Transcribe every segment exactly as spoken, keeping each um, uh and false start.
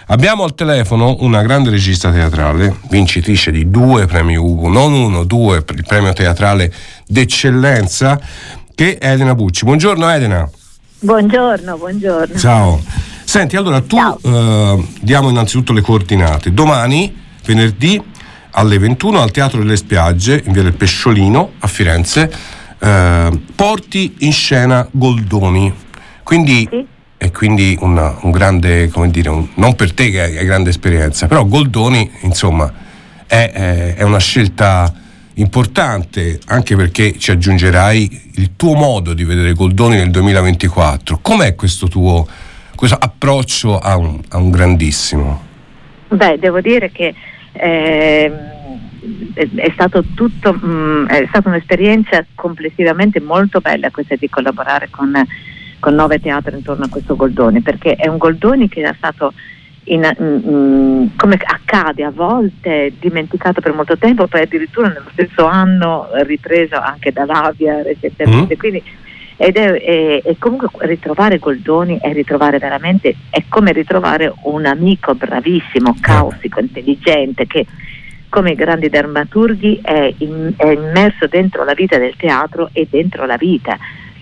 Abbiamo al telefono una grande regista teatrale, vincitrice di due premi Ugo, non uno, due, per il premio teatrale d'eccellenza, che è Elena Bucci. Buongiorno Elena. Buongiorno, buongiorno. Ciao. Senti, allora tu eh, diamo innanzitutto le coordinate. Domani, venerdì, alle ventuno al Teatro delle Spiagge, in via del Pesciolino, a Firenze, eh, porti in scena Goldoni. Quindi... Sì. E quindi una, un grande, come dire, un, non per te che hai grande esperienza, però Goldoni, insomma, è, è, è una scelta importante, anche perché ci aggiungerai il tuo modo di vedere Goldoni nel duemilaventiquattro. Com'è questo tuo questo approccio a un, a un grandissimo? Beh, devo dire che eh, è, è stato tutto, mh, è stata un'esperienza complessivamente molto bella questa di collaborare con con nove teatri intorno a questo Goldoni, perché è un Goldoni che è stato in, in, come accade a volte dimenticato per molto tempo, poi addirittura nello stesso anno ripreso anche da Lavia recentemente. Mm. Quindi ed è, è, è comunque ritrovare Goldoni è ritrovare veramente, è come ritrovare un amico bravissimo, caustico, intelligente, che come i grandi drammaturghi è, in, è immerso dentro la vita del teatro e dentro la vita.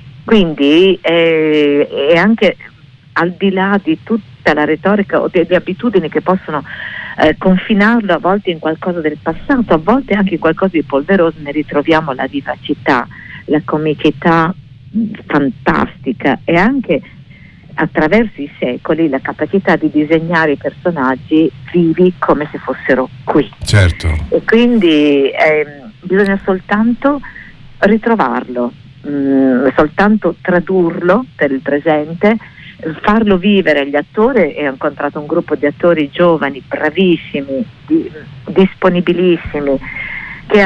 Quindi eh, è anche al di là di tutta la retorica o delle abitudini che possono eh, confinarlo a volte in qualcosa del passato, a volte anche in qualcosa di polveroso, ne ritroviamo la vivacità, la comicità fantastica e anche attraverso i secoli la capacità di disegnare i personaggi vivi come se fossero qui. Certo. E quindi eh, bisogna soltanto ritrovarlo. Mm, soltanto tradurlo per il presente, farlo vivere agli attori. E ho incontrato un gruppo di attori giovani, bravissimi, di, disponibilissimi, che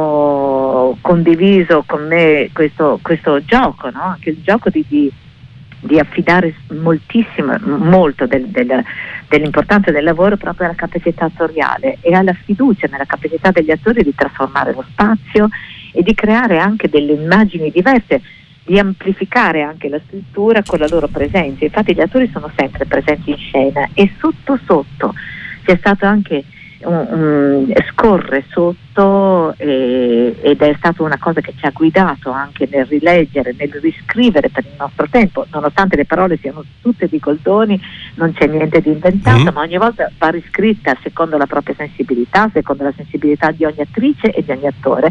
hanno condiviso con me questo, questo gioco, no? Anche il gioco di, di, di affidare moltissimo, molto del, del, dell'importanza del lavoro proprio alla capacità attoriale e alla fiducia nella capacità degli attori di trasformare lo spazio e di creare anche delle immagini diverse, di amplificare anche la struttura con la loro presenza. Infatti gli attori sono sempre presenti in scena e sotto sotto c'è stato anche un, un scorre sotto eh, ed è stata una cosa che ci ha guidato anche nel rileggere, nel riscrivere per il nostro tempo, nonostante le parole siano tutte di Goldoni, non c'è niente di inventato, mm. ma ogni volta va riscritta secondo la propria sensibilità, secondo la sensibilità di ogni attrice e di ogni attore.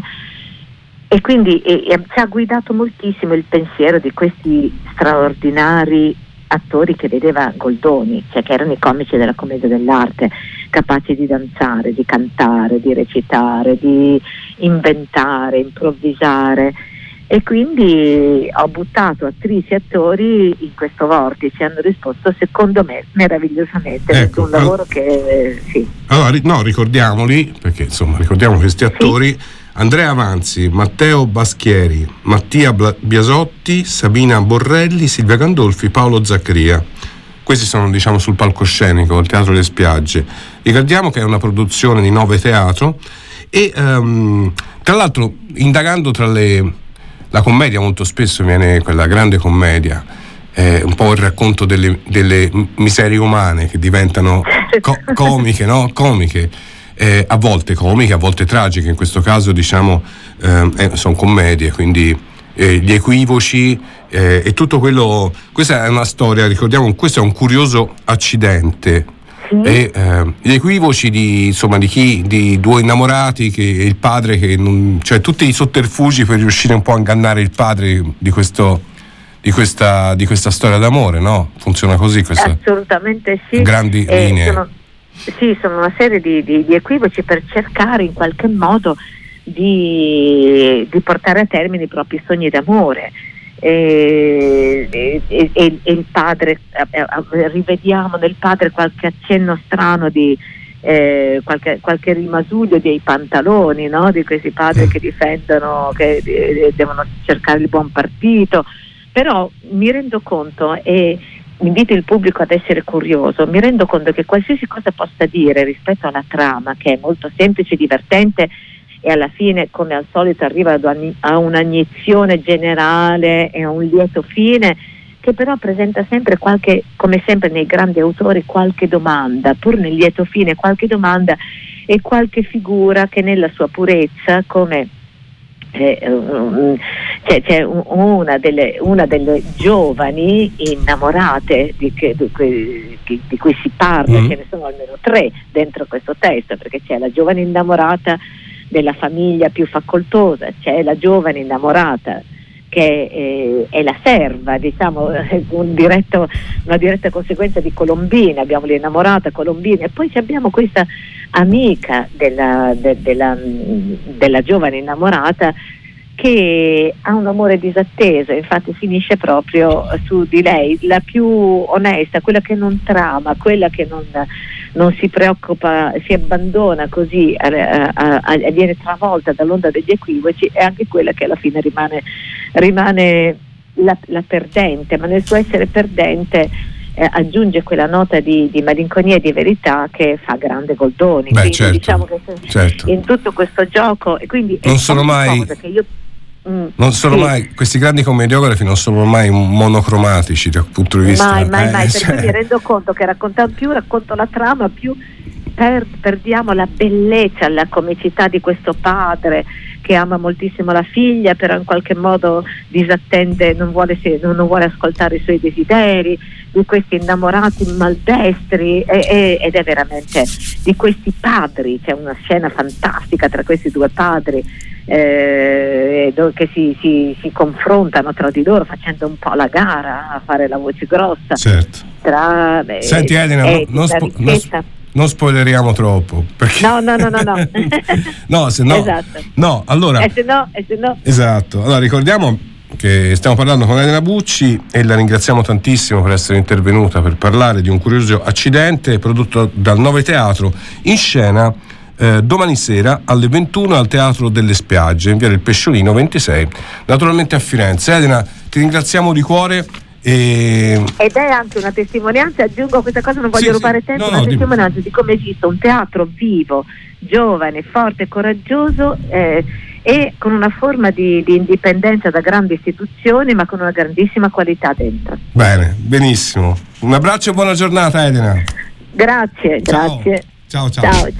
E quindi e, e ci ha guidato moltissimo il pensiero di questi straordinari attori che vedeva Goldoni, cioè che erano i comici della commedia dell'arte, capaci di danzare, di cantare, di recitare, di inventare, improvvisare. E quindi ho buttato attrici e attori in questo vortice, hanno risposto secondo me meravigliosamente. Ecco, è un lavoro all- che sì. Allora no, ricordiamoli, perché insomma ricordiamo questi attori. Sì. Andrea Avanzi, Matteo Baschieri, Mattia Biasotti, Sabina Borrelli, Silvia Gandolfi, Paolo Zaccaria. Questi sono, diciamo, sul palcoscenico, il Teatro delle Spiagge. Ricordiamo che è una produzione di Nove Teatro e um, tra l'altro indagando tra le la commedia molto spesso viene quella grande commedia, eh, un po' il racconto delle, delle miserie umane che diventano co- comiche, no? Comiche. Eh, a volte comiche, a volte tragiche, in questo caso diciamo eh, eh, sono commedie, quindi eh, gli equivoci eh, e tutto quello. Questa è una storia, ricordiamo, questo è un curioso accidente. Sì. E eh, gli equivoci di insomma di chi di due innamorati, che il padre che non, cioè tutti i sotterfugi per riuscire un po' a ingannare il padre di questo di questa di questa storia d'amore, no? Funziona così questa. Assolutamente sì. Grandi eh, linee. Sono... Sì, sono una serie di, di, di equivoci per cercare in qualche modo di, di portare a termine i propri sogni d'amore. E, e, e, e il padre, eh, rivediamo nel padre qualche accenno strano di eh, qualche, qualche rimasuglio dei pantaloni, no? Di questi padri che difendono, che eh, devono cercare il buon partito. Però mi rendo conto e invito il pubblico ad essere curioso, mi rendo conto che qualsiasi cosa possa dire rispetto alla trama, che è molto semplice, divertente e alla fine, come al solito, arriva a un'iniezione generale e a un lieto fine che però presenta sempre qualche, come sempre nei grandi autori, qualche domanda, pur nel lieto fine qualche domanda e qualche figura che nella sua purezza, come eh, um, c'è, c'è una, delle, una delle giovani innamorate di, che, di, cui, di cui si parla, mm. ce ne sono almeno tre dentro questo testo, perché c'è la giovane innamorata della famiglia più facoltosa, c'è la giovane innamorata che eh, è la serva, diciamo, un diretto, una diretta conseguenza di Colombina, abbiamo l'innamorata Colombina, e poi abbiamo questa amica della, de, della, della giovane innamorata che ha un amore disatteso, infatti finisce proprio su di lei, la più onesta, quella che non trama, quella che non, non si preoccupa, si abbandona così, a, a, a, viene travolta dall'onda degli equivoci, è anche quella che alla fine rimane, rimane la, la perdente, ma nel suo essere perdente eh, aggiunge quella nota di, di malinconia e di verità che fa grande Goldoni. Beh, quindi certo, diciamo che certo. in tutto questo gioco, e quindi non sono mai che io Non sono sì. mai, questi grandi commediografi non sono mai monocromatici dal punto di vista. Mai, mai, eh, mai, cioè... perché mi rendo conto che raccontando più racconto la trama, più per, perdiamo la bellezza, la comicità di questo padre che ama moltissimo la figlia, però in qualche modo disattende, non vuole, non vuole ascoltare i suoi desideri, di questi innamorati maldestri, e, e, ed è veramente di questi padri, c'è una scena fantastica tra questi due padri eh, che si, si, si confrontano tra di loro facendo un po' la gara a fare la voce grossa. Certo. Tra, beh, Senti Elena, eh, non, spo- non, non spoileriamo troppo, perché... no no no no no no, se no, esatto. no allora e se no, e se no. Esatto, allora ricordiamo che stiamo parlando con Elena Bucci e la ringraziamo tantissimo per essere intervenuta per parlare di Un curioso accidente prodotto dal Nove Teatro, in scena eh, domani sera alle ventuno al Teatro delle Spiagge in via del Pesciolino ventisei, naturalmente a Firenze. Elena, ti ringraziamo di cuore. E... ed è anche una testimonianza, aggiungo questa cosa, non voglio sì, rubare sì. tempo, no, una no, testimonianza dimmi. di come esiste un teatro vivo, giovane, forte, coraggioso eh, e con una forma di, di indipendenza da grandi istituzioni, ma con una grandissima qualità dentro. Bene, benissimo. Un abbraccio e buona giornata Elena. Grazie, ciao. grazie. Ciao, ciao. Ciao.